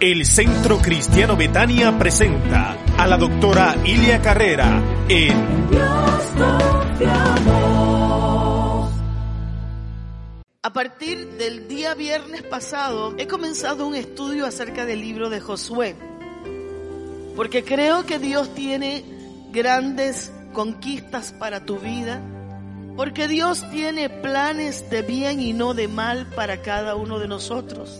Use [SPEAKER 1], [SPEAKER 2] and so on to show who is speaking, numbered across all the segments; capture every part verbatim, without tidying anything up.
[SPEAKER 1] El Centro Cristiano Betania presenta a la doctora Ilia Carrera en Dios confiamos.
[SPEAKER 2] A partir del día viernes pasado he comenzado un estudio acerca del libro de Josué, porque creo que Dios tiene grandes conquistas para tu vida, porque Dios tiene planes de bien y no de mal para cada uno de nosotros.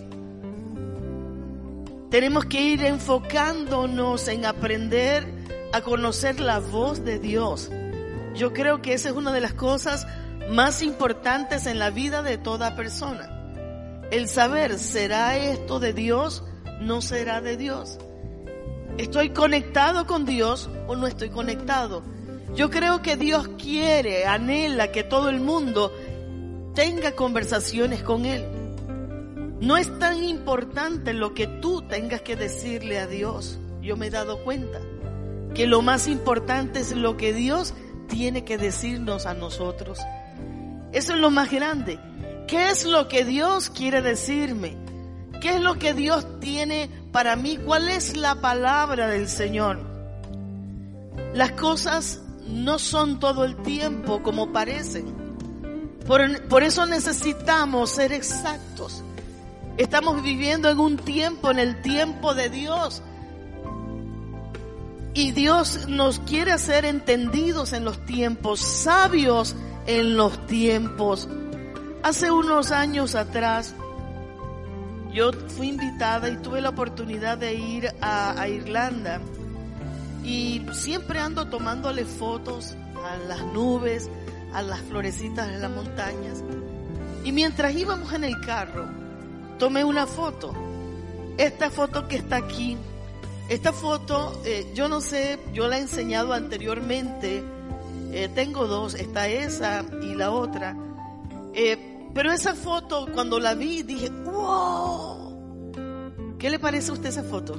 [SPEAKER 2] Tenemos que ir enfocándonos en aprender a conocer la voz de Dios. Yo creo que esa es una de las cosas más importantes en la vida de toda persona. El saber, ¿será esto de Dios? ¿No será de Dios? ¿Estoy conectado con Dios o no estoy conectado? Yo creo que Dios quiere, anhela que todo el mundo tenga conversaciones con Él. No es tan importante lo que tú tengas que decirle a Dios. Yo me he dado cuenta que lo más importante es lo que Dios tiene que decirnos a nosotros. Eso es lo más grande. ¿Qué es lo que Dios quiere decirme? ¿Qué es lo que Dios tiene para mí? ¿Cuál es la palabra del Señor? Las cosas no son todo el tiempo como parecen. Por, por eso necesitamos ser exactos. Estamos viviendo en un tiempo, en el tiempo de Dios. Y Dios nos quiere hacer entendidos en los tiempos, sabios en los tiempos. Hace unos años atrás, yo fui invitada y tuve la oportunidad de ir a, a Irlanda. Y siempre ando tomándole fotos a las nubes, a las florecitas de las montañas. Y mientras íbamos en el carro, tomé una foto. Esta foto que está aquí, esta foto, eh, yo no sé, yo la he enseñado anteriormente. Eh, tengo dos, está esa y la otra. Eh, pero esa foto, cuando la vi, dije, ¡wow! ¿Qué le parece a usted esa foto?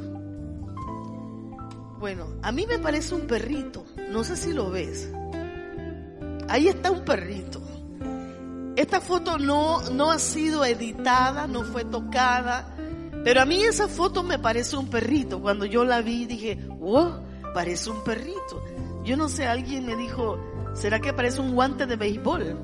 [SPEAKER 2] Bueno, a mí me parece un perrito. No sé si lo ves. Ahí está un perrito. Esta foto no, no ha sido editada, no fue tocada, pero a mí esa foto me parece un perrito. Cuando yo la vi dije, wow, parece un perrito. Yo no sé, alguien me dijo, ¿será que parece un guante de béisbol?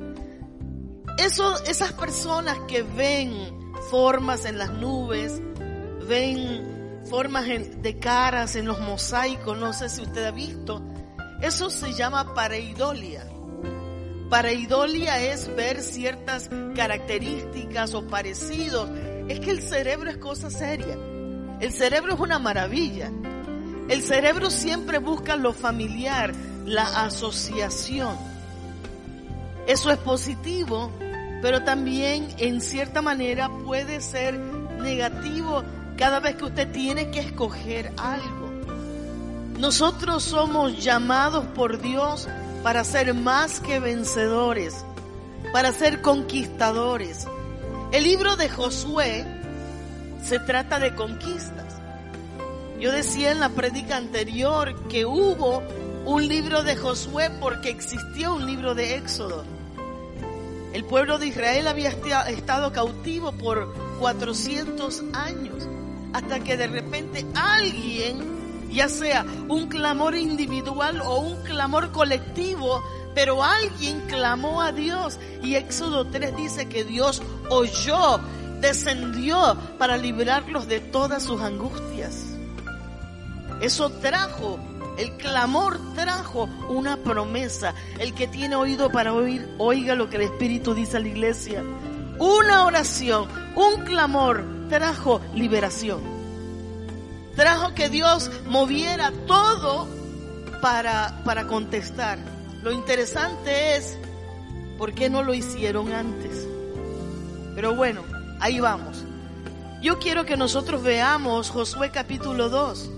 [SPEAKER 2] Eso, esas personas que ven formas en las nubes, ven formas en, de caras en los mosaicos, no sé si usted ha visto, eso se llama pareidolia. Pareidolia es ver ciertas características o parecidos. Es que el cerebro es cosa seria. El cerebro es una maravilla. El cerebro siempre busca lo familiar, la asociación. Eso es positivo, pero también en cierta manera puede ser negativo cada vez que usted tiene que escoger algo. Nosotros somos llamados por Dios para ser más que vencedores, para ser conquistadores. El libro de Josué se trata de conquistas. Yo decía en la prédica anterior que hubo un libro de Josué porque existió un libro de Éxodo. El pueblo de Israel había estado cautivo por cuatrocientos años, hasta que de repente alguien, ya sea un clamor individual o un clamor colectivo, pero alguien clamó a Dios. Y Éxodo tres dice que Dios oyó, descendió para librarlos de todas sus angustias. Eso trajo, el clamor trajo una promesa. El que tiene oído para oír, oiga lo que el Espíritu dice a la iglesia. Una oración, un clamor trajo liberación. Trajo que Dios moviera todo para, para contestar. Lo interesante es, ¿por qué no lo hicieron antes? Pero bueno, ahí vamos. Yo quiero que nosotros veamos Josué capítulo dos.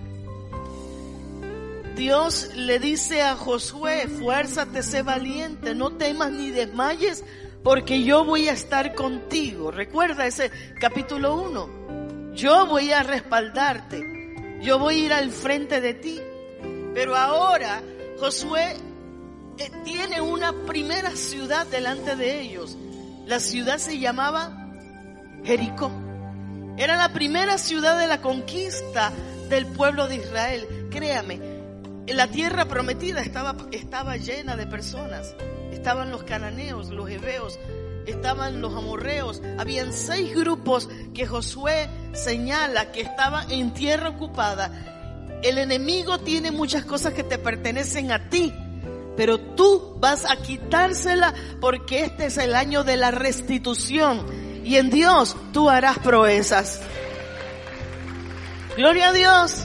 [SPEAKER 2] Dios le dice a Josué, fuérzate, sé valiente, no temas ni desmayes, porque yo voy a estar contigo. Recuerda ese capítulo uno. Yo voy a respaldarte, yo voy a ir al frente de ti. Pero ahora Josué eh, tiene una primera ciudad delante de ellos. La ciudad se llamaba Jericó. Era la primera ciudad de la conquista del pueblo de Israel. Créame, la tierra prometida estaba, estaba llena de personas. Estaban los cananeos, los heveos, estaban los amorreos. Habían seis grupos que Josué señala que estaban en tierra ocupada. El enemigo tiene muchas cosas que te pertenecen a ti, pero tú vas a quitársela porque este es el año de la restitución. Y en Dios tú harás proezas. Gloria a Dios.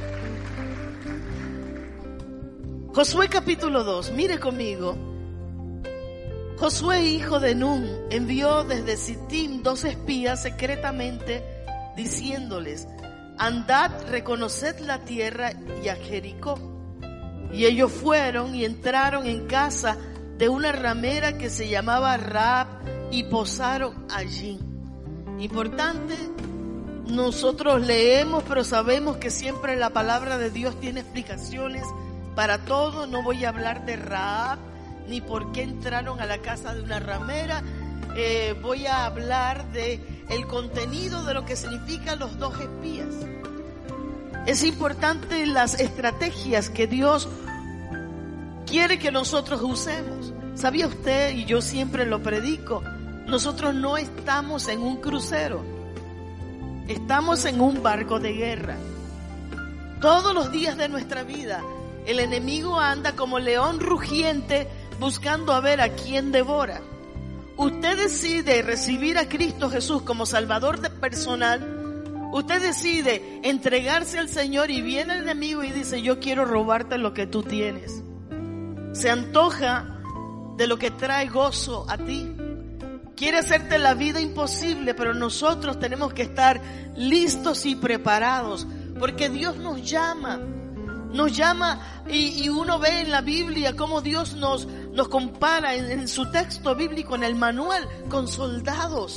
[SPEAKER 2] Josué capítulo dos, mire conmigo. Josué, hijo de Nun, envió desde Sittim dos espías secretamente, diciéndoles: andad, reconoced la tierra y a Jericó. Y ellos fueron y entraron en casa de una ramera que se llamaba Rahab y posaron allí. Importante, nosotros leemos, pero sabemos que siempre la palabra de Dios tiene explicaciones para todo. No voy a hablar de Rahab ni por qué entraron a la casa de una ramera. Eh, voy a hablar de el contenido de lo que significan los dos espías. Es importante las estrategias que Dios quiere que nosotros usemos. ¿Sabía usted? Y yo siempre lo predico. Nosotros no estamos en un crucero. Estamos en un barco de guerra. Todos los días de nuestra vida, el enemigo anda como león rugiente buscando a ver a quién devora. Usted decide recibir a Cristo Jesús como Salvador personal. Usted decide entregarse al Señor y viene el enemigo y dice: yo quiero robarte lo que tú tienes. Se antoja de lo que trae gozo a ti. Quiere hacerte la vida imposible, pero nosotros tenemos que estar listos y preparados, porque Dios nos llama. Nos llama y, y uno ve en la Biblia cómo Dios nos, nos compara en, en su texto bíblico, en el manual, con soldados.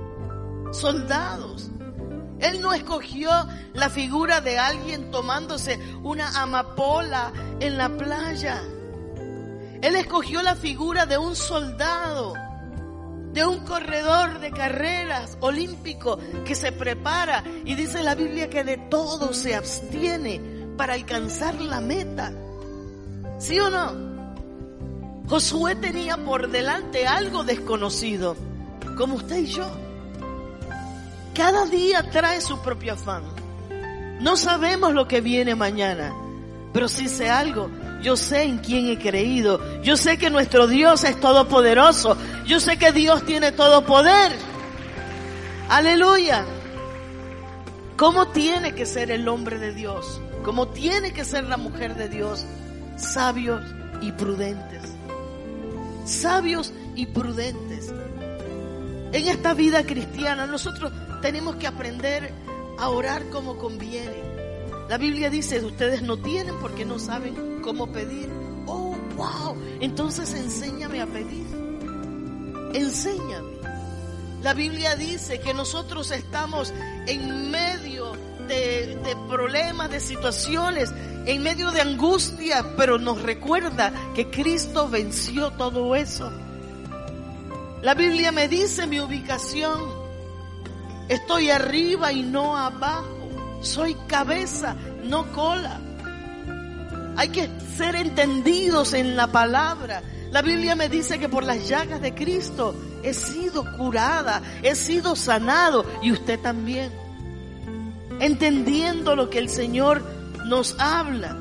[SPEAKER 2] Soldados. Él no escogió la figura de alguien tomándose una amapola en la playa. Él escogió la figura de un soldado, de un corredor de carreras olímpico que se prepara, y dice la Biblia que de todo se abstiene para alcanzar la meta. ¿Sí o no? Josué tenía por delante algo desconocido, como usted y yo. Cada día trae su propio afán. No sabemos lo que viene mañana, pero sí sé algo. Yo sé en quién he creído. Yo sé que nuestro Dios es todopoderoso. Yo sé que Dios tiene todo poder. Aleluya. ¿Cómo tiene que ser el hombre de Dios? ¿Cómo tiene que ser la mujer de Dios? Sabios y prudentes. Sabios y prudentes. En esta vida cristiana nosotros tenemos que aprender a orar como conviene. La Biblia dice: ustedes no tienen porque no saben cómo pedir. Oh, wow. Entonces enséñame a pedir. Enséñame. La Biblia dice que nosotros estamos en medio de, de problemas, de situaciones, en medio de angustia, pero nos recuerda que Cristo venció todo eso. La Biblia me dice mi ubicación: estoy arriba y no abajo. Soy cabeza, no cola. Hay que ser entendidos en la palabra. La Biblia me dice que por las llagas de Cristo he sido curada, he sido sanado, y usted también. Entendiendo lo que el Señor nos habla.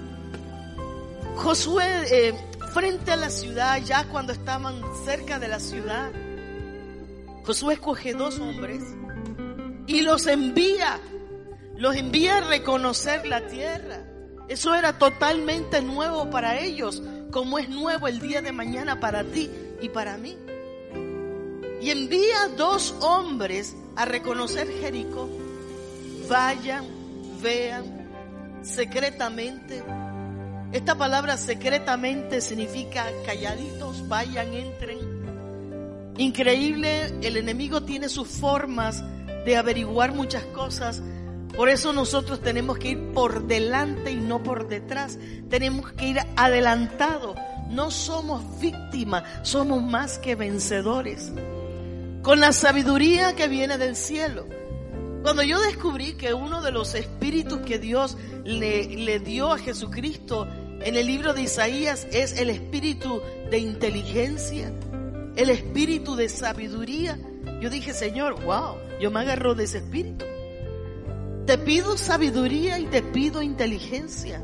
[SPEAKER 2] Josué, eh, frente a la ciudad, ya cuando estaban cerca de la ciudad, Josué escoge dos hombres y los envía. Los envía a reconocer la tierra. Eso era totalmente nuevo para ellos, como es nuevo el día de mañana para ti y para mí. Y envía dos hombres a reconocer Jericó. Vayan, vean, secretamente. Esta palabra secretamente significa calladitos, vayan, entren. Increíble, el enemigo tiene sus formas de averiguar muchas cosas. Por eso nosotros tenemos que ir por delante y no por detrás. Tenemos que ir adelantado. No somos víctimas, somos más que vencedores. Con la sabiduría que viene del cielo. Cuando yo descubrí que uno de los espíritus que Dios le, le dio a Jesucristo en el libro de Isaías es el espíritu de inteligencia, el espíritu de sabiduría, yo dije, Señor, wow, yo me agarro de ese espíritu. Te pido sabiduría y te pido inteligencia.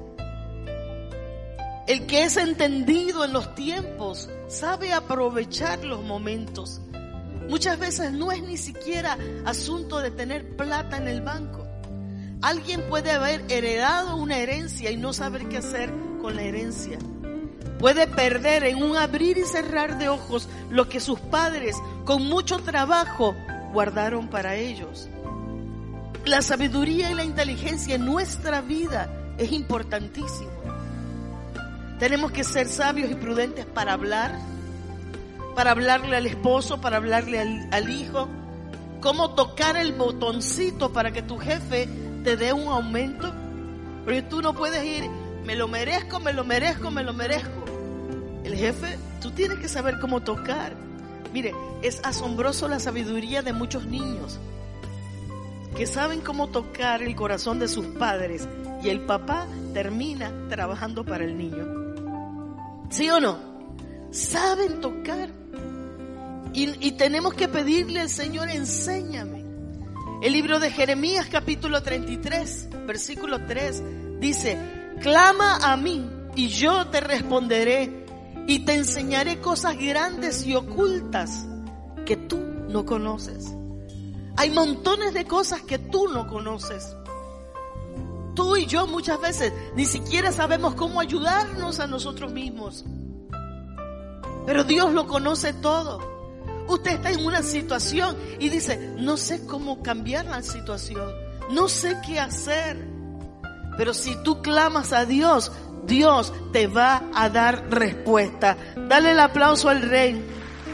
[SPEAKER 2] El que es entendido en los tiempos sabe aprovechar los momentos. Muchas veces no es ni siquiera asunto de tener plata en el banco. Alguien puede haber heredado una herencia y no saber qué hacer con la herencia. Puede perder en un abrir y cerrar de ojos lo que sus padres con mucho trabajo guardaron para ellos. La sabiduría y la inteligencia en nuestra vida es importantísimo. Tenemos que ser sabios y prudentes para hablar, para hablarle al esposo, para hablarle al, al hijo, cómo tocar el botoncito para que tu jefe te dé un aumento. Porque tú no puedes ir, me lo merezco, me lo merezco, me lo merezco. El jefe, tú tienes que saber cómo tocar. Mire, es asombroso la sabiduría de muchos niños que saben cómo tocar el corazón de sus padres y el papá termina trabajando para el niño. ¿Sí o no? Saben tocar. Y, y tenemos que pedirle al Señor, enséñame. El libro de Jeremías capítulo treinta y tres, versículo tres, dice, clama a mí y yo te responderé y te enseñaré cosas grandes y ocultas que tú no conoces. Hay montones de cosas que tú no conoces. Tú y yo muchas veces ni siquiera sabemos cómo ayudarnos a nosotros mismos. Pero Dios lo conoce todo. Usted está en una situación y dice, no sé cómo cambiar la situación. No sé qué hacer. Pero si tú clamas a Dios, Dios te va a dar respuesta. Dale el aplauso al Rey.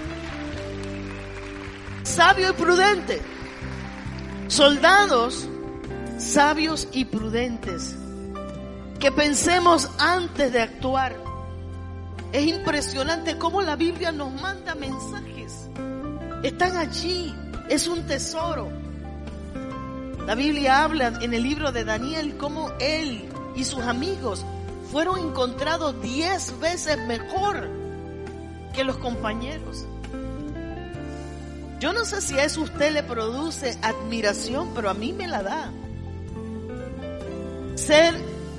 [SPEAKER 2] Sabio y prudente. Soldados sabios y prudentes, que pensemos antes de actuar. Es impresionante cómo la Biblia nos manda mensajes. Están allí, es un tesoro. La Biblia habla en el libro de Daniel cómo él y sus amigos fueron encontrados diez veces mejor que los compañeros. Yo no sé si a eso usted le produce admiración, pero a mí me la da. Ser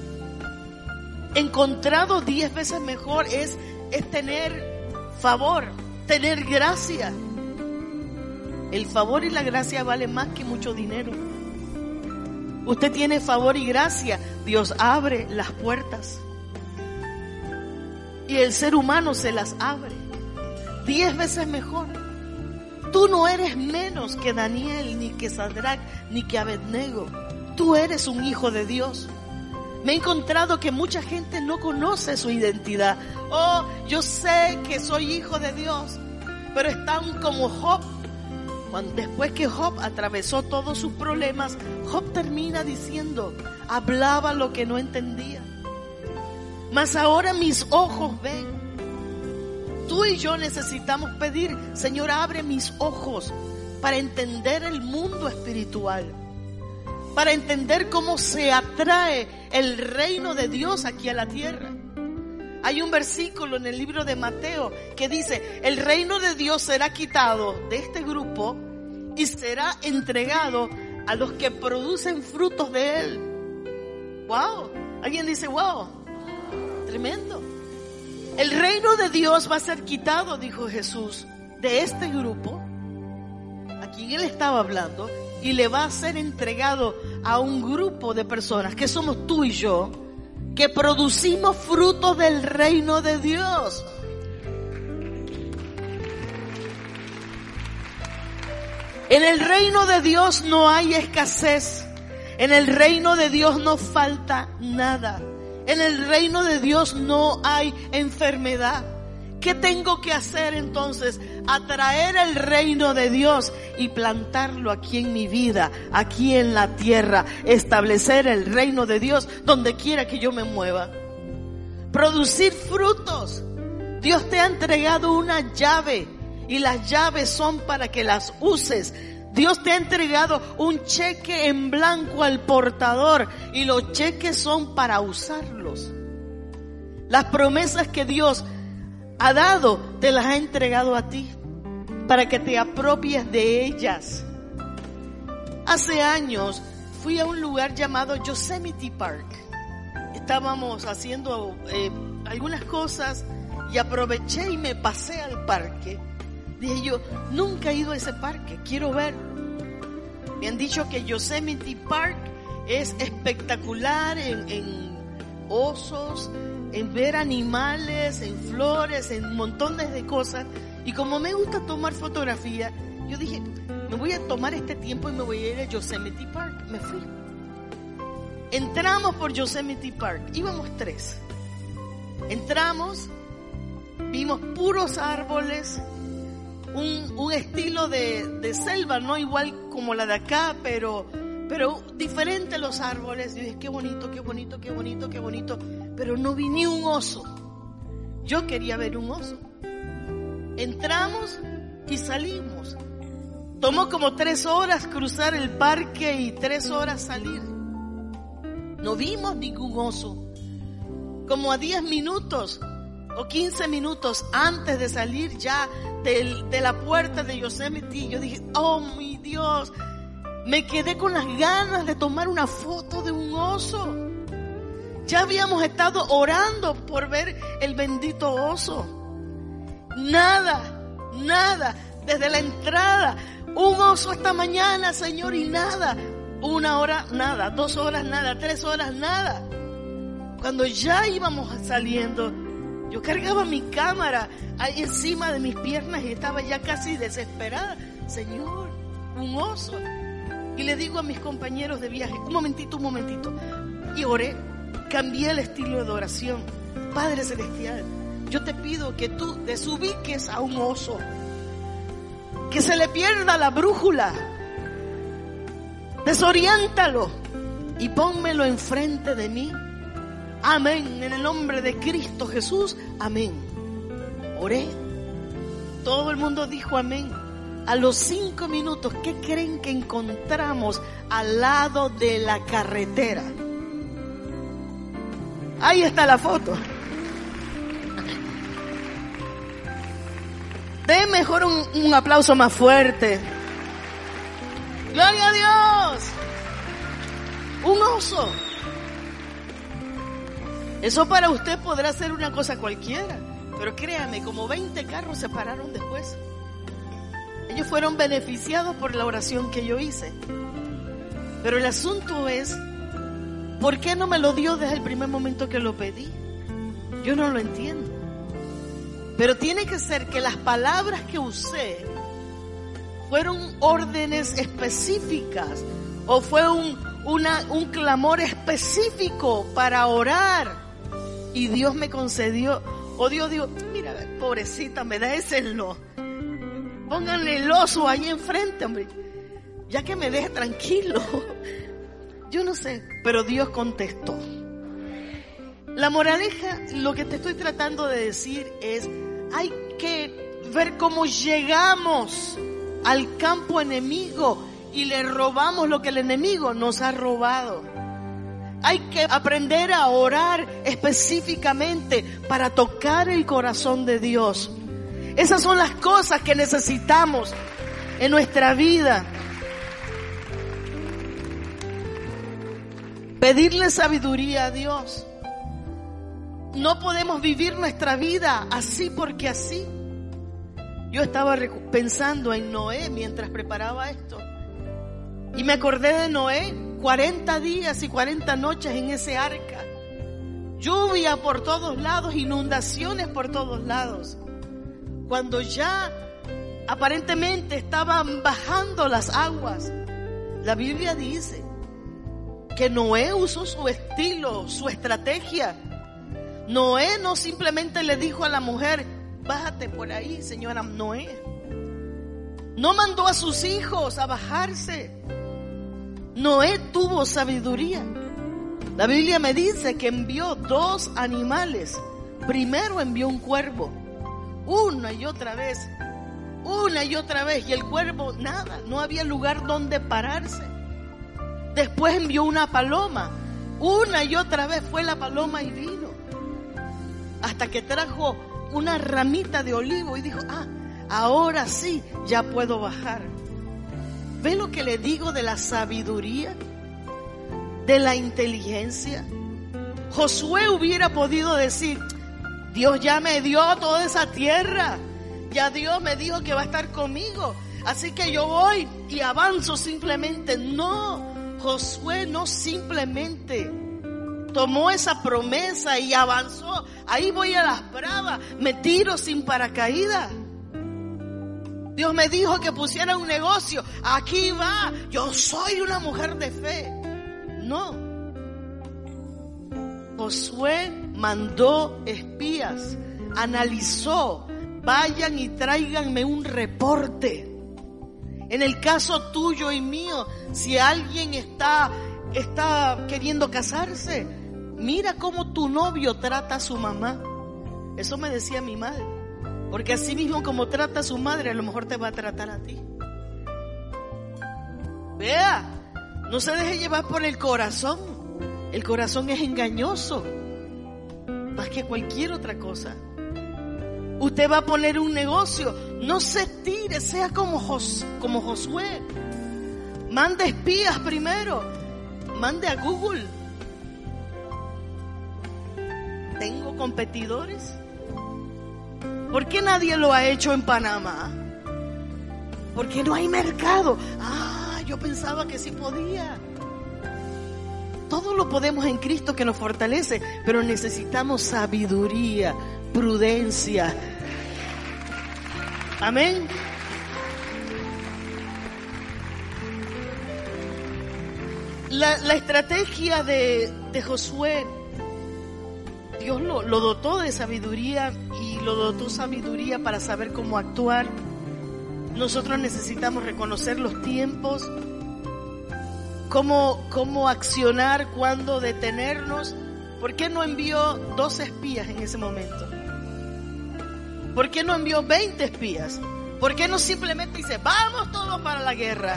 [SPEAKER 2] encontrado diez veces mejor es, es tener favor, tener gracia. El favor y la gracia valen más que mucho dinero. Usted tiene favor y gracia, Dios abre las puertas. Y el ser humano se las abre. Diez veces mejor. Tú no eres menos que Daniel, ni que Sadrach, ni que Abednego. Tú eres un hijo de Dios. Me he encontrado que mucha gente no conoce su identidad. Oh, yo sé que soy hijo de Dios, pero están como Job. Cuando, después que Job atravesó todos sus problemas, Job termina diciendo, hablaba lo que no entendía. Mas ahora mis ojos ven. Tú y yo necesitamos pedir, Señor, abre mis ojos para entender el mundo espiritual, para entender cómo se atrae el reino de Dios aquí a la tierra. Hay un versículo en el libro de Mateo que dice, el reino de Dios será quitado de este grupo y será entregado a los que producen frutos de él. Wow, alguien dice, wow, tremendo. El reino de Dios va a ser quitado, dijo Jesús, de este grupo a quien él estaba hablando, y le va a ser entregado a un grupo de personas que somos tú y yo, que producimos frutos del reino de Dios. En el reino de Dios no hay escasez. En el reino de Dios no falta nada. En el reino de Dios no hay enfermedad. ¿Qué tengo que hacer entonces? Atraer el reino de Dios y plantarlo aquí en mi vida, aquí en la tierra. Establecer el reino de Dios donde quiera que yo me mueva. Producir frutos. Dios te ha entregado una llave y las llaves son para que las uses. Dios te ha entregado un cheque en blanco al portador y los cheques son para usarlos. Las promesas que Dios ha dado te las ha entregado a ti para que te apropies de ellas. Hace años fui a un lugar llamado Yosemite Park. Estábamos haciendo eh, algunas cosas y aproveché y me pasé al parque. Dije yo, nunca he ido a ese parque, quiero verlo. Me han dicho que Yosemite Park es espectacular en, en osos, en ver animales, en flores, en montones de cosas. Y como me gusta tomar fotografía, yo dije, me voy a tomar este tiempo y me voy a ir a Yosemite Park. Me fui. Entramos por Yosemite Park, íbamos tres. Entramos, vimos puros árboles, un, un estilo de, de selva, no igual como la de acá, pero, pero diferente los árboles. Yo dije, qué bonito, qué bonito, qué bonito, qué bonito. Pero no vi ni un oso. Yo quería ver un oso. Entramos y salimos. Tomó como tres horas cruzar el parque y tres horas salir. No vimos ningún oso. Como a diez minutos o quince minutos antes de salir ya de, de la puerta de Yosemite, yo dije, oh mi Dios, me quedé con las ganas de tomar una foto de un oso. Ya habíamos estado orando por ver el bendito oso. Nada, nada, desde la entrada, un oso esta mañana, Señor, y nada. Una hora, nada, dos horas, nada, tres horas, nada. Cuando ya íbamos saliendo, yo cargaba mi cámara ahí encima de mis piernas y estaba ya casi desesperada. Señor, un oso. Y le digo a mis compañeros de viaje, un momentito, un momentito. Y oré, cambié el estilo de oración. Padre Celestial, yo te pido que tú desubiques a un oso, que se le pierda la brújula. Desoriéntalo y pónmelo enfrente de mí. Amén. En el nombre de Cristo Jesús. Amén. Oré. Todo el mundo dijo amén. A los cinco minutos, ¿qué creen que encontramos al lado de la carretera? Ahí está la foto. Den mejor un, un aplauso más fuerte. ¡Gloria a Dios! Un oso. Eso para usted podrá ser una cosa cualquiera, pero créame, como veinte carros se pararon después. Ellos fueron beneficiados por la oración que yo hice. Pero el asunto es, ¿por qué no me lo dio desde el primer momento que lo pedí? Yo no lo entiendo. Pero tiene que ser que las palabras que usé fueron órdenes específicas o fue un, una, un clamor específico para orar y Dios me concedió. O Dios dijo, mira, pobrecita, me da ese no. Pónganle el oso ahí enfrente, hombre, ya que me deje tranquilo. Yo no sé, pero Dios contestó. La moraleja, lo que te estoy tratando de decir es, hay que ver cómo llegamos al campo enemigo y le robamos lo que el enemigo nos ha robado. Hay que aprender a orar específicamente para tocar el corazón de Dios. Esas son las cosas que necesitamos en nuestra vida. Pedirle sabiduría a Dios. No podemos vivir nuestra vida así porque así. Yo estaba pensando en Noé mientras preparaba esto. Y me acordé de Noé, cuarenta días y cuarenta noches en ese arca. Lluvia por todos lados, inundaciones por todos lados. Cuando ya aparentemente estaban bajando las aguas, la Biblia dice que Noé usó su estilo, su estrategia. Noé no simplemente le dijo a la mujer, bájate por ahí, señora Noé. No mandó a sus hijos a bajarse. Noé tuvo sabiduría. La Biblia me dice que envió dos animales. Primero envió un cuervo, una y otra vez. una y otra vez, y el cuervo, nada, no había lugar donde pararse. Después envió una paloma, una y otra vez fue la paloma y vino, hasta que trajo una ramita de olivo y dijo, ah, ahora sí, ya puedo bajar. ¿Ve lo que le digo de la sabiduría? De la inteligencia. Josué hubiera podido decir, Dios ya me dio toda esa tierra, ya Dios me dijo que va a estar conmigo, así que yo voy y avanzo simplemente. No, Josué no simplemente tomó esa promesa y avanzó. Ahí voy a las bravas, me tiro sin paracaídas. Dios me dijo que pusiera un negocio, aquí va, yo soy una mujer de fe. No, Josué mandó espías, analizó, vayan y tráiganme un reporte. En el caso tuyo y mío, si alguien está, está queriendo casarse, mira cómo tu novio trata a su mamá. Eso me decía mi madre, porque así mismo como trata a su madre, a lo mejor te va a tratar a ti. Vea, no se deje llevar por el corazón. El corazón es engañoso, más que cualquier otra cosa. Usted va a poner un negocio, no se tire, sea como, Jos, como Josué. Mande espías primero, mande a Google. ¿Tengo competidores? ¿Por qué nadie lo ha hecho en Panamá? Porque no hay mercado. Ah, yo pensaba que sí podía. Todo lo podemos en Cristo que nos fortalece, pero necesitamos sabiduría, prudencia. Amén. La, la estrategia de, de Josué, Dios lo, lo dotó de sabiduría y lo dotó sabiduría para saber cómo actuar. Nosotros necesitamos reconocer los tiempos, cómo, cómo accionar, cuándo detenernos. ¿Por qué no envió doce espías en ese momento? ¿Por qué no envió veinte espías? ¿Por qué no simplemente dice, vamos todos para la guerra?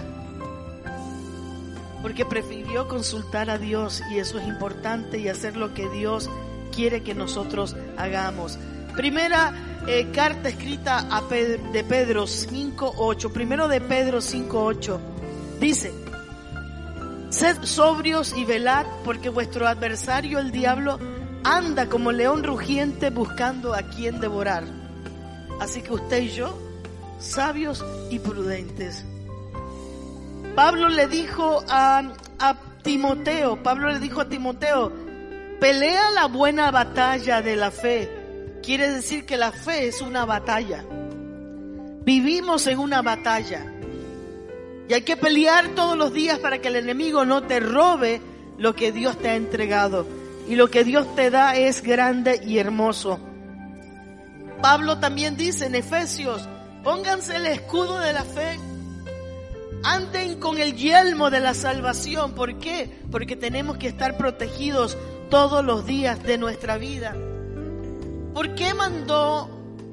[SPEAKER 2] Porque prefirió consultar a Dios, y eso es importante, y hacer lo que Dios quiere que nosotros hagamos. Primera eh, carta escrita a Pedro, de Pedro cinco ocho. Primero de Pedro cinco ocho. Dice, sed sobrios y velad, porque vuestro adversario el diablo anda como león rugiente buscando a quien devorar. Así que usted y yo, sabios y prudentes. Pablo le dijo a, a Timoteo, Pablo le dijo a Timoteo, pelea la buena batalla de la fe. Quiere decir que la fe es una batalla. Vivimos en una batalla. Y hay que pelear todos los días para que el enemigo no te robe lo que Dios te ha entregado. Y lo que Dios te da es grande y hermoso. Pablo también dice en Efesios, pónganse el escudo de la fe. Anden con el yelmo de la salvación. ¿Por qué? Porque tenemos que estar protegidos todos los días de nuestra vida. ¿Por qué mandó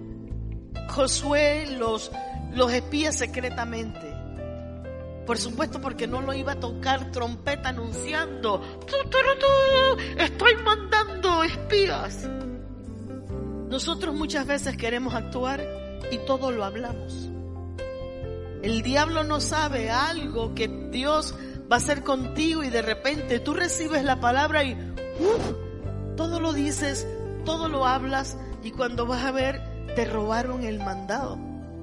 [SPEAKER 2] Josué los, los espías secretamente? Por supuesto, porque no lo iba a tocar trompeta anunciando, ¡tú, tú, tú, estoy mandando espías! Nosotros muchas veces queremos actuar y todo lo hablamos. El diablo no sabe algo que Dios va a hacer contigo, y de repente tú recibes la palabra y ¡uf! Todo lo dices, todo lo hablas, y cuando vas a ver, te robaron el mandado.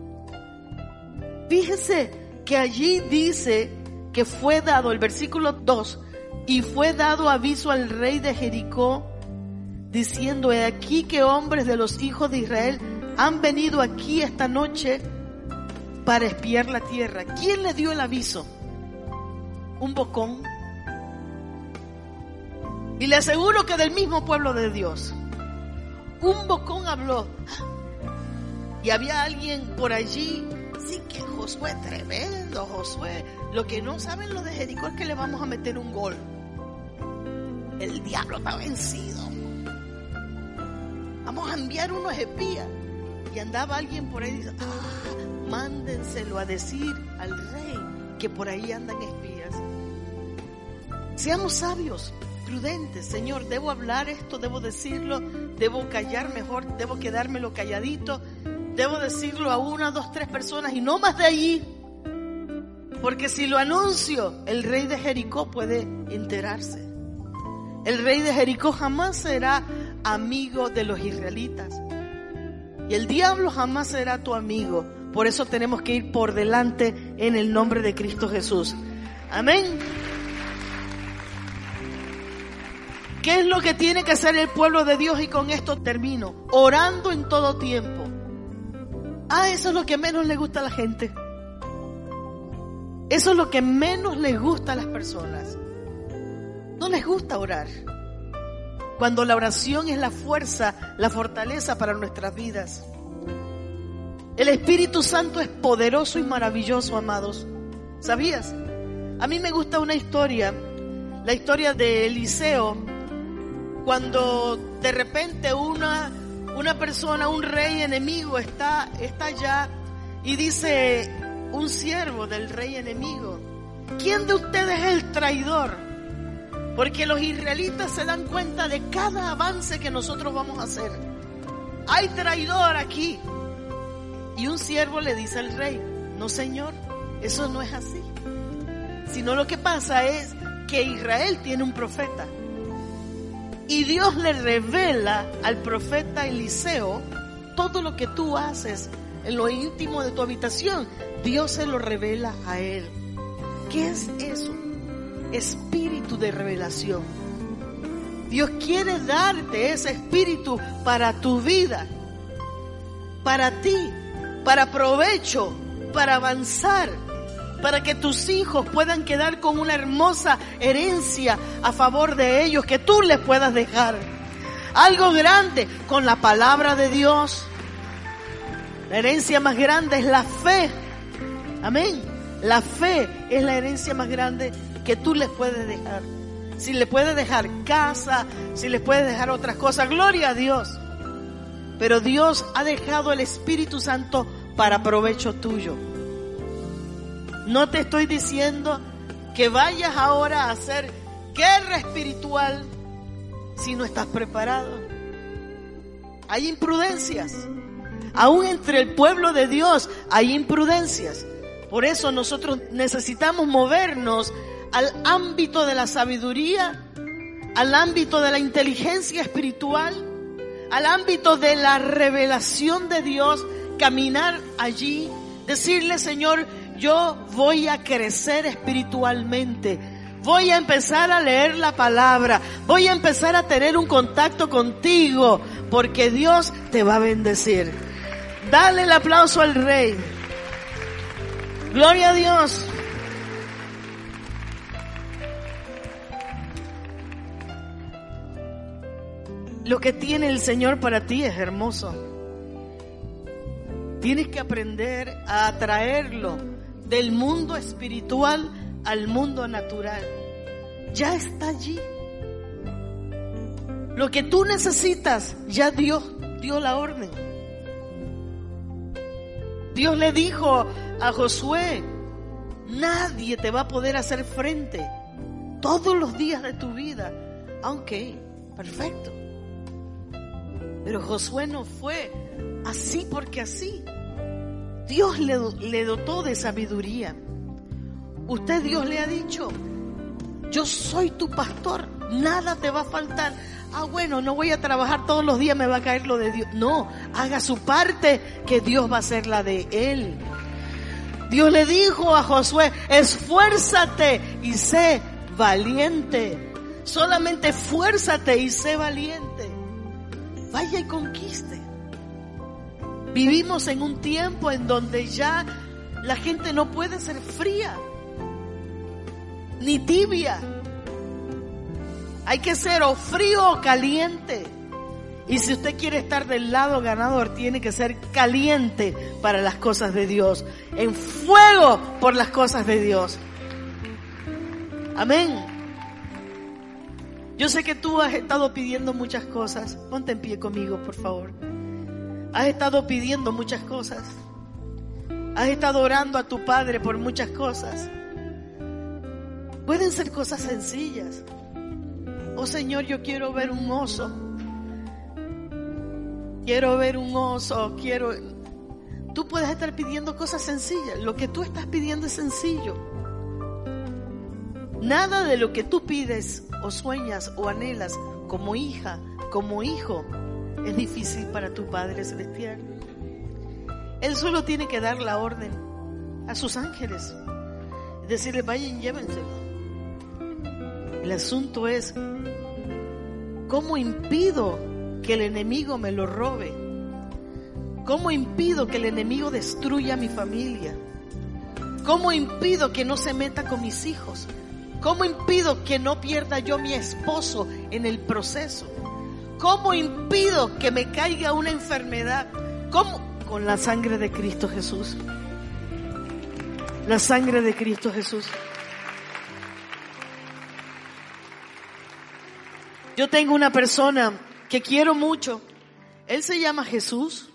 [SPEAKER 2] Fíjese que allí dice que fue dado, el versículo dos, y fue dado aviso al rey de Jericó, diciendo, he aquí que hombres de los hijos de Israel han venido aquí esta noche para espiar la tierra. ¿Quién le dio el aviso? Un bocón. Y le aseguro que del mismo pueblo de Dios. Un bocón habló. Y había alguien por allí. Sí, que Josué, tremendo Josué. Lo que no saben los de Jericó es que le vamos a meter un gol. El diablo está vencido. Vamos a enviar unos espías. Y andaba alguien por ahí y dice, ah, mándenselo a decir al rey que por ahí andan espías. Seamos sabios, prudentes. Señor, ¿debo hablar esto? ¿Debo decirlo? ¿Debo callar mejor? ¿Debo quedármelo calladito? ¿Debo decirlo a una, dos, tres personas y no más de allí? Porque si lo anuncio, el rey de Jericó puede enterarse. El rey de Jericó jamás será amigo de los israelitas. Y el diablo jamás será tu amigo. Por eso tenemos que ir por delante en el nombre de Cristo Jesús. Amén. ¿Qué es lo que tiene que hacer el pueblo de Dios? Y con esto termino. Orando en todo tiempo. Ah, eso es lo que menos le gusta a la gente. Eso es lo que menos les gusta a las personas. No les gusta orar. Cuando la oración es la fuerza, la fortaleza para nuestras vidas. El Espíritu Santo es poderoso y maravilloso, amados. ¿Sabías? A mí me gusta una historia, la historia de Eliseo, cuando de repente una, una persona, un rey enemigo está, está allá y dice un siervo del rey enemigo: ¿quién de ustedes es el traidor? Porque los israelitas se dan cuenta de cada avance que nosotros vamos a hacer. Hay traidor aquí. Y un siervo le dice al rey: no, señor, eso no es así. Sino lo que pasa es que Israel tiene un profeta. Y Dios le revela al profeta Eliseo todo lo que tú haces en lo íntimo de tu habitación. Dios se lo revela a él. ¿Qué es eso? Espíritu de revelación. Dios quiere darte ese espíritu para tu vida, para ti, para provecho, para avanzar, para que tus hijos puedan quedar con una hermosa herencia a favor de ellos, que tú les puedas dejar algo grande con la palabra de Dios. La herencia más grande es la fe. Amén. La fe es la herencia más grande que tú les puedes dejar. Si les puedes dejar casa, si les puedes dejar otras cosas, gloria a Dios. Pero Dios ha dejado el Espíritu Santo para provecho tuyo. No te estoy diciendo que vayas ahora a hacer guerra espiritual si no estás preparado. Hay imprudencias. Aún entre el pueblo de Dios hay imprudencias. Por eso nosotros necesitamos movernos al ámbito de la sabiduría, al ámbito de la inteligencia espiritual, al ámbito de la revelación de Dios, caminar allí, decirle: Señor, yo voy a crecer espiritualmente, voy a empezar a leer la palabra, voy a empezar a tener un contacto contigo, porque Dios te va a bendecir. Dale el aplauso al Rey. Gloria a Dios. Lo que tiene el Señor para ti es hermoso. Tienes que aprender a atraerlo del mundo espiritual al mundo natural. Ya está allí. Lo que tú necesitas, ya Dios dio la orden. Dios le dijo a Josué: nadie te va a poder hacer frente todos los días de tu vida. Aunque, perfecto. Pero Josué no fue así porque así. Dios le, le dotó de sabiduría. Usted, Dios le ha dicho: yo soy tu pastor, nada te va a faltar. Ah, bueno, no voy a trabajar todos los días, me va a caer lo de Dios. No, haga su parte, que Dios va a hacer la de él. Dios le dijo a Josué: esfuérzate y sé valiente. Solamente esfuérzate y sé valiente. Vaya y conquiste. Vivimos en un tiempo en donde ya la gente no puede ser fría ni tibia. Hay que ser o frío o caliente. Y si usted quiere estar del lado ganador, tiene que ser caliente para las cosas de Dios, en fuego por las cosas de Dios. Amén. Yo sé que tú has estado pidiendo muchas cosas. Ponte en pie conmigo, por favor. Has estado pidiendo muchas cosas. Has estado orando a tu Padre por muchas cosas. Pueden ser cosas sencillas. Oh Señor, yo quiero ver un oso. Quiero ver un oso, quiero... Tú puedes estar pidiendo cosas sencillas. Lo que tú estás pidiendo es sencillo. Nada de lo que tú pides o sueñas o anhelas como hija, como hijo, es difícil para tu Padre Celestial. Él solo tiene que dar la orden a sus ángeles. Decirle, vayan, llévenselo. El asunto es, ¿cómo impido que el enemigo me lo robe? ¿Cómo impido que el enemigo destruya mi familia? ¿Cómo impido que no se meta con mis hijos? ¿Cómo impido que no pierda yo mi esposo en el proceso? ¿Cómo impido que me caiga una enfermedad? ¿Cómo? Con la sangre de Cristo Jesús. La sangre de Cristo Jesús. Yo tengo una persona que quiero mucho. Él se llama Jesús.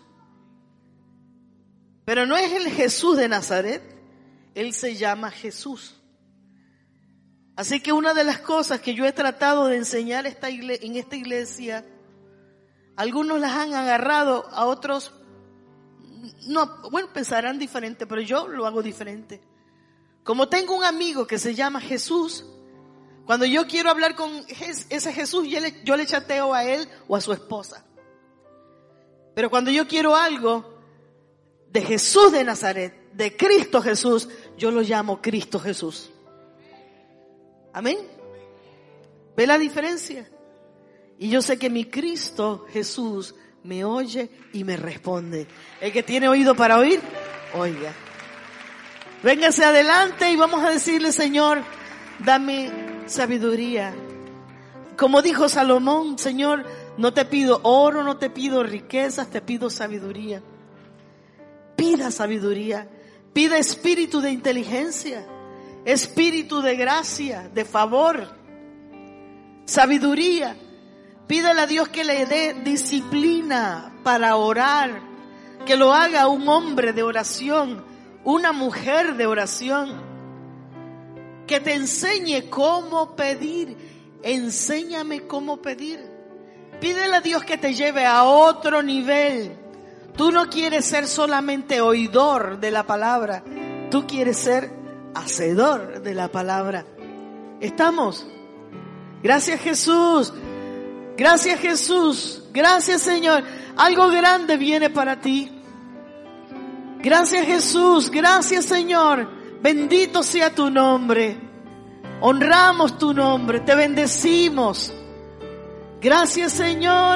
[SPEAKER 2] Pero no es el Jesús de Nazaret. Él se llama Jesús. Así que una de las cosas que yo he tratado de enseñar esta igle- en esta iglesia, algunos las han agarrado, a otros no, bueno, pensarán diferente, pero yo lo hago diferente. Como tengo un amigo que se llama Jesús, cuando yo quiero hablar con ese Jesús, yo le, yo le chateo a él o a su esposa. Pero cuando yo quiero algo de Jesús de Nazaret, de Cristo Jesús, yo lo llamo Cristo Jesús. Amén. ¿Ve la diferencia? Y yo sé que mi Cristo Jesús me oye y me responde. El que tiene oído para oír, oiga. Véngase adelante y vamos a decirle, Señor, dame sabiduría. Como dijo Salomón, Señor, no te pido oro, no te pido riquezas, te pido sabiduría. Pida sabiduría, pida espíritu de inteligencia, espíritu de gracia, de favor, sabiduría. Pídale a Dios que le dé disciplina para orar, que lo haga un hombre de oración, una mujer de oración, que te enseñe cómo pedir. Enséñame cómo pedir. Pídele a Dios que te lleve a otro nivel. Tú no quieres ser solamente oidor de la palabra, tú quieres ser hacedor de la palabra. ¿Estamos? Gracias, Jesús. Gracias, Jesús. Gracias, Señor. Algo grande viene para ti. Gracias, Jesús. Gracias, Señor. Bendito sea tu nombre. Honramos tu nombre. Te bendecimos. Gracias, Señor.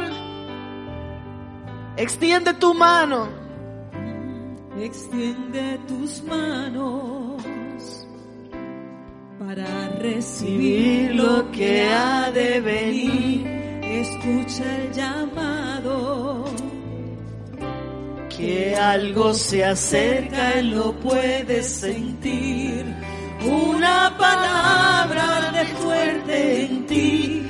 [SPEAKER 2] Extiende tu mano.
[SPEAKER 3] Extiende tus manos para recibir lo que ha de venir. Escucha el llamado,
[SPEAKER 2] que algo se acerca, Él lo puede sentir.
[SPEAKER 3] una palabra de fuerte en ti,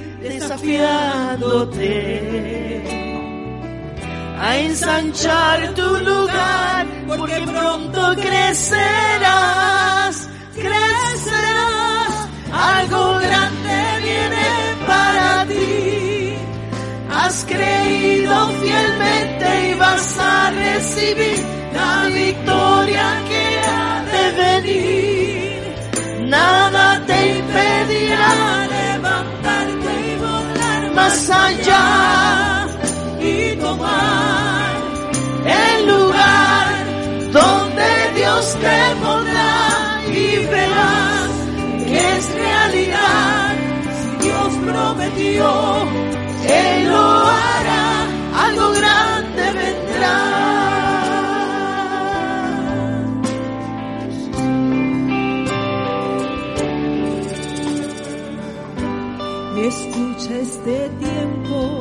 [SPEAKER 2] desafiándote a ensanchar tu lugar, porque pronto crecerás, crecerás, algo grande viene para ti. Has creído fielmente y vas a recibir la victoria que ha de venir. Nada te impedirá levantarte y volar más allá y tomar el lugar donde Dios te pondrá, y verás que es realidad. Si Dios prometió, Él lo hará, algo grande vendrá.
[SPEAKER 3] Escucha este tiempo,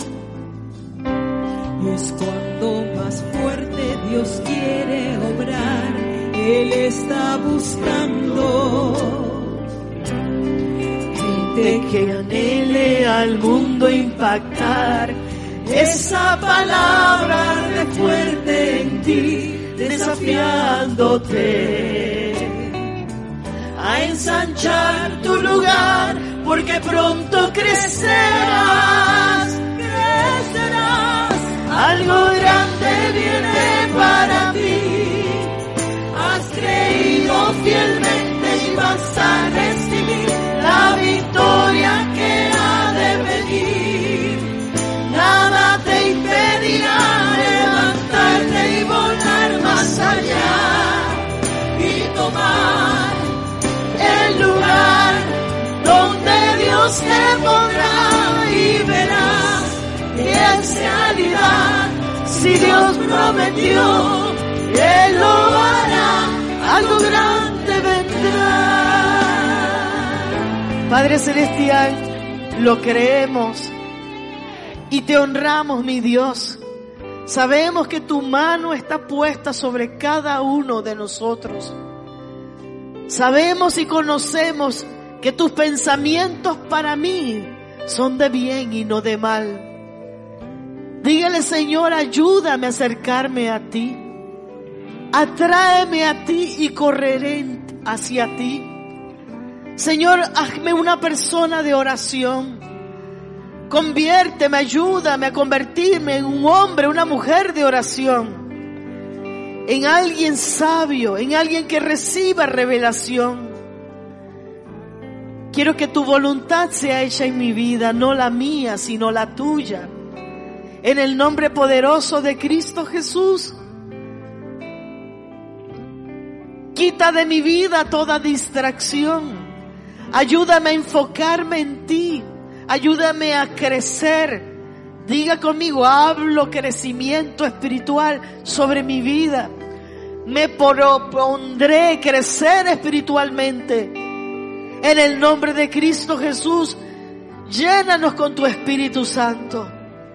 [SPEAKER 3] y es cuando más fuerte Dios quiere obrar. Él está buscando
[SPEAKER 2] gente que anhele al mundo impactar. Esa palabra de fuerte en ti
[SPEAKER 3] desafiándote a ensanchar tu lugar, porque pronto crecerás, crecerás. Algo grande viene para ti. Has creído fielmente y vas a recibir la victoria que ha de venir. Nada te impedirá levantarte y volar más allá y tomar el lugar donde Dios te pondrá, y verás que es realidad. Si Dios prometió, Él lo hará, algo grande vendrá.
[SPEAKER 2] Padre Celestial, lo creemos y te honramos, mi Dios. Sabemos que tu mano está puesta sobre cada uno de nosotros. Sabemos y conocemos que tus pensamientos para mí son de bien y no de mal. Dígale, Señor, ayúdame a acercarme a ti. Atráeme a ti y correré hacia ti. Señor, hazme una persona de oración. Conviérteme, ayúdame a convertirme en un hombre, una mujer de oración. En alguien sabio, en alguien que reciba revelación. Quiero que tu voluntad sea hecha en mi vida, no la mía, sino la tuya. En el nombre poderoso de Cristo Jesús. Quita de mi vida toda distracción. Ayúdame a enfocarme en ti. Ayúdame a crecer. Diga conmigo, hablo crecimiento espiritual sobre mi vida. Me propondré crecer espiritualmente. En el nombre de Cristo Jesús, llénanos con tu Espíritu Santo.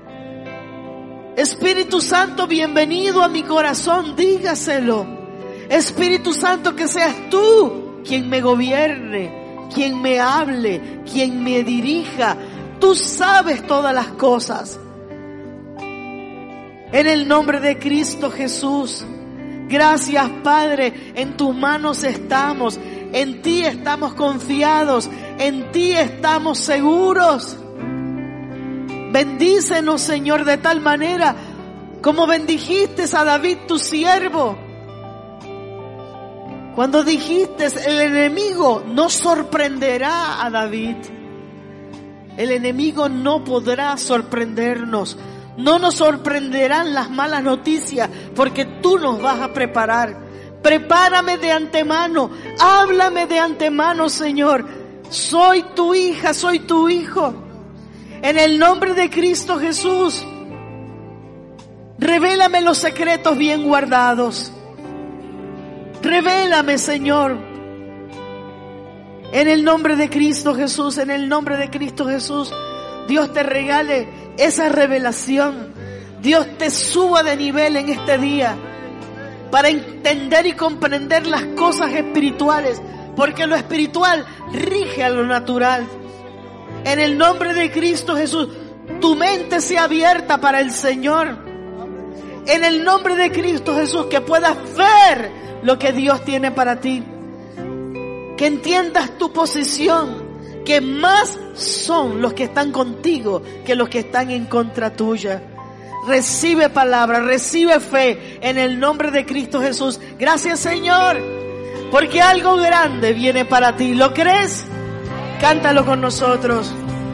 [SPEAKER 2] Espíritu Santo, bienvenido a mi corazón, dígaselo. Espíritu Santo, que seas tú quien me gobierne, quien me hable, quien me dirija. Tú sabes todas las cosas. En el nombre de Cristo Jesús, gracias, Padre, en tus manos estamos. En ti estamos confiados, en ti estamos seguros. Bendícenos, Señor, de tal manera como bendijiste a David, tu siervo. Cuando dijiste, el enemigo no sorprenderá a David. El enemigo no podrá sorprendernos. No nos sorprenderán las malas noticias, porque tú nos vas a preparar. Prepárame de antemano, háblame de antemano, Señor. Soy tu hija, soy tu hijo. En el nombre de Cristo Jesús, revélame los secretos bien guardados. Revélame, Señor. En el nombre de Cristo Jesús, en el nombre de Cristo Jesús, Dios te regale esa revelación. Dios te suba de nivel en este día para entender y comprender las cosas espirituales, porque lo espiritual rige a lo natural. En el nombre de Cristo Jesús, tu mente sea abierta para el Señor. En el nombre de Cristo Jesús, que puedas ver lo que Dios tiene para ti. Que entiendas tu posición, que más son los que están contigo que los que están en contra tuya. Recibe palabra, recibe fe en el nombre de Cristo Jesús. Gracias, Señor, porque algo grande viene para ti. ¿Lo crees? Cántalo con nosotros.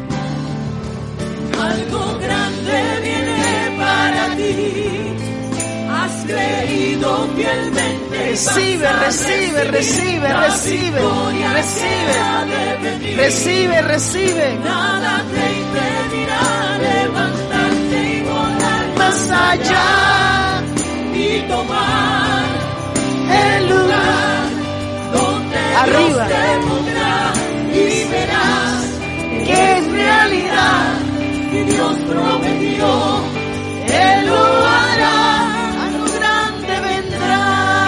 [SPEAKER 3] Algo grande viene para ti. Has creído fielmente.
[SPEAKER 2] Recibe, recibe, recibe, recibe, recibe, recibe, recibe.
[SPEAKER 3] Nada te impedirá levantarte y volar
[SPEAKER 2] más allá
[SPEAKER 3] y tomar
[SPEAKER 2] el lugar
[SPEAKER 3] donde
[SPEAKER 2] arriba.
[SPEAKER 3] Dios te pondrá, y verás que es realidad. Y Dios prometió, Él lo hará, algo grande vendrá.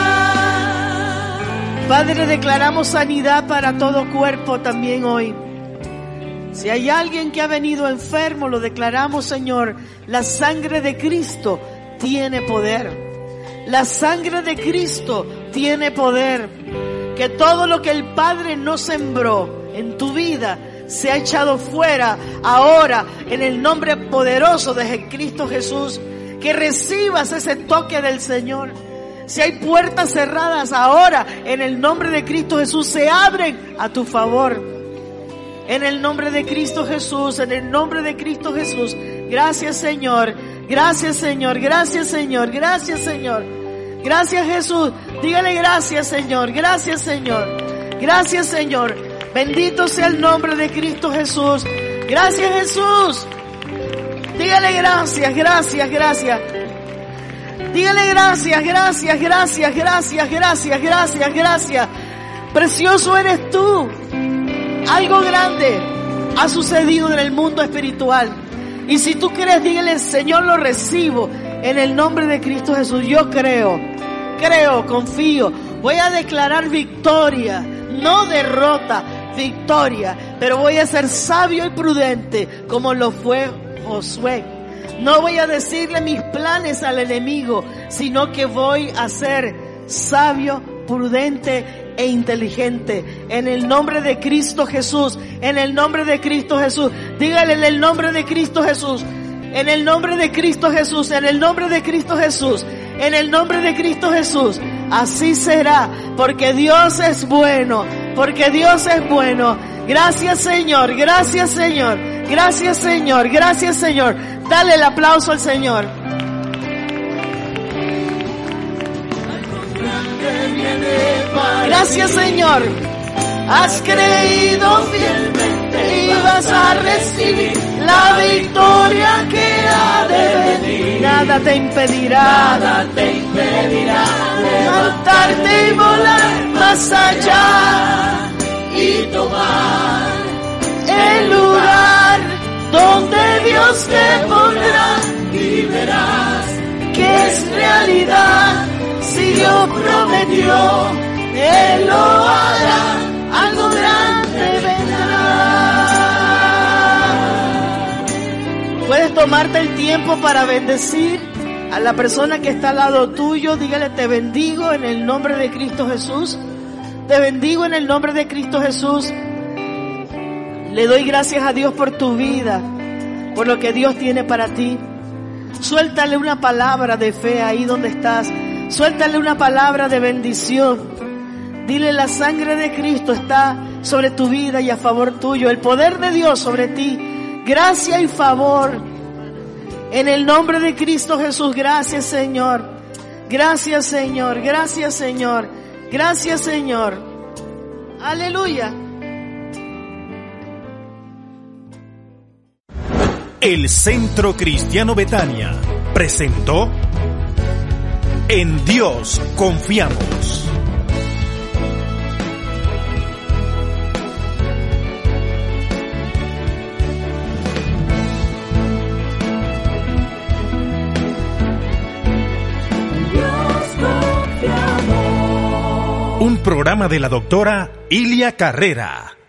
[SPEAKER 2] Padre, declaramos sanidad para todo cuerpo también hoy. Si hay alguien que ha venido enfermo, lo declaramos, Señor. La sangre de Cristo tiene poder. La sangre de Cristo tiene poder. Que todo lo que el Padre no sembró en tu vida se ha echado fuera ahora en el nombre poderoso de Cristo Jesús. Que recibas ese toque del Señor. Si hay puertas cerradas ahora en el nombre de Cristo Jesús, se abren a tu favor. En el nombre de Cristo Jesús, en el nombre de Cristo Jesús. Gracias, Señor. Gracias, Señor. Gracias, Señor. Gracias, Señor. Gracias, Jesús. Dígale gracias, Señor. Gracias, Señor. Gracias, Señor. Bendito sea el nombre de Cristo Jesús. Gracias, Jesús. Dígale gracias, gracias, gracias. Dígale gracias, gracias, gracias, gracias, gracias, gracias, gracias. Precioso eres tú. Algo grande ha sucedido en el mundo espiritual. Y si tú crees, dígale, Señor, lo recibo en el nombre de Cristo Jesús. Yo creo, creo, confío. Voy a declarar victoria, no derrota, victoria. Pero voy a ser sabio y prudente como lo fue Josué. No voy a decirle mis planes al enemigo, sino que voy a ser sabio, prudente e inteligente. En el nombre de Cristo Jesús, en el nombre de Cristo Jesús. Dígale en el nombre de Cristo Jesús. En el nombre de Cristo Jesús, en el nombre de Cristo Jesús, en el nombre de Cristo Jesús. Así será, porque Dios es bueno, porque Dios es bueno. Gracias, Señor, gracias, Señor, gracias, Señor, gracias, Señor. Dale el aplauso al Señor. Gracias, Señor. Has creído fielmente y vas a recibir la victoria que ha de venir. Nada te impedirá, nada te impedirá levantarte y volar más allá y tomar el lugar donde Dios te pondrá y verás que es realidad. Si Dios prometió, Él lo hará. Algo grande vendrá. Puedes tomarte el tiempo para bendecir a la persona que está al lado tuyo. Dígale, te bendigo en el nombre de Cristo Jesús. Te bendigo en el nombre de Cristo Jesús. Le doy gracias a Dios por tu vida, por lo que Dios tiene para ti. Suéltale una palabra de fe ahí donde estás. Suéltale una palabra de bendición. Dile, la sangre de Cristo está sobre tu vida y a favor tuyo. El poder de Dios sobre ti. Gracia y favor. En el nombre de Cristo Jesús. Gracias, Señor. Gracias, Señor. Gracias, Señor. Gracias, Señor. Aleluya.
[SPEAKER 1] El Centro Cristiano Betania presentó En Dios Confiamos. Un programa de la doctora Ilia Carrera.